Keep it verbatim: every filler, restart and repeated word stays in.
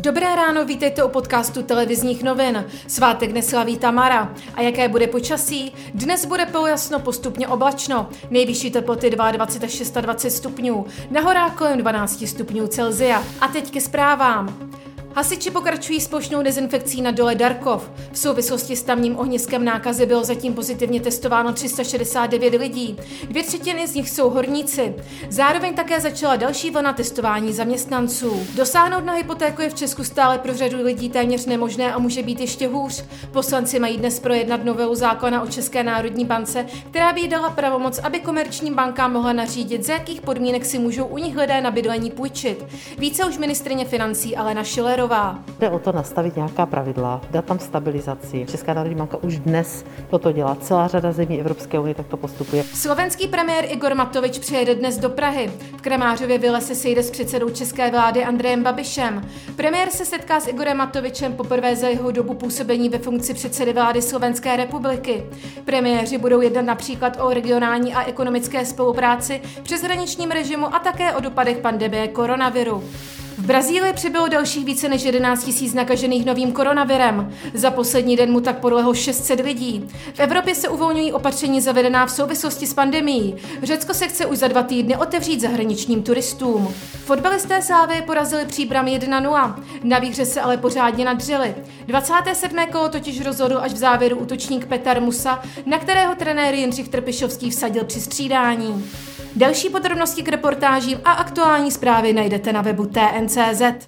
Dobré ráno, vítejte u podcastu televizních novin. Svátek neslaví Tamara. A jaké bude počasí? Dnes bude polojasno, postupně oblačno. Nejvyšší teploty dvacet dva až dvacet šest stupňů. Na horách kolem dvanáct stupňů Celsia. A teď ke zprávám. Hasiči pokračují s plošnou dezinfekcí na dole Darkov. V souvislosti s tamním ohniskem nákazy bylo zatím pozitivně testováno tři sta šedesát devět lidí. Dvě třetiny z nich jsou horníci. Zároveň také začala další vlna testování zaměstnanců. Dosáhnout na hypotéku je v Česku stále pro řadu lidí téměř nemožné a může být ještě hůř. Poslanci mají dnes projednat novelu zákona o České národní bance, která by jí dala pravomoc, aby komerčním bankám mohla nařídit, za jakých podmínek si můžou u nich lidé na bydlení půjčit. Více už ministryně financí Alena Schillerová. Jde o to nastavit nějaká pravidla, dát tam stabilizaci. Česká národní banka už dnes toto dělá. Celá řada zemí Evropské unie takto postupuje. Slovenský premiér Igor Matovič přijede dnes do Prahy. V Kramářově vile se sejde s předsedou české vlády Andrejem Babišem. Premiér se setká s Igorem Matovičem poprvé za jeho dobu působení ve funkci předsedy vlády Slovenské republiky. Premiéři budou jednat například o regionální a ekonomické spolupráci, přeshraničním režimu a také o dopadech pandemie koronaviru. V Brazílii přibylo dalších více než jedenáct tisíc nakažených novým koronavirem. Za poslední den mu tak podlehlo šest set lidí. V Evropě se uvolňují opatření zavedená v souvislosti s pandemií. Řecko se chce už za dva týdny otevřít zahraničním turistům. Fotbalisté Slavie porazili Příbram jedna nula. Na výhře se ale pořádně nadřeli. dvacáté sedmé kolo totiž rozhodl až v závěru útočník Petar Musa, na kterého trenér Jindřich Trpišovský vsadil při střídání. Další podrobnosti k reportážím a aktuální zprávy najdete na webu T N C Z.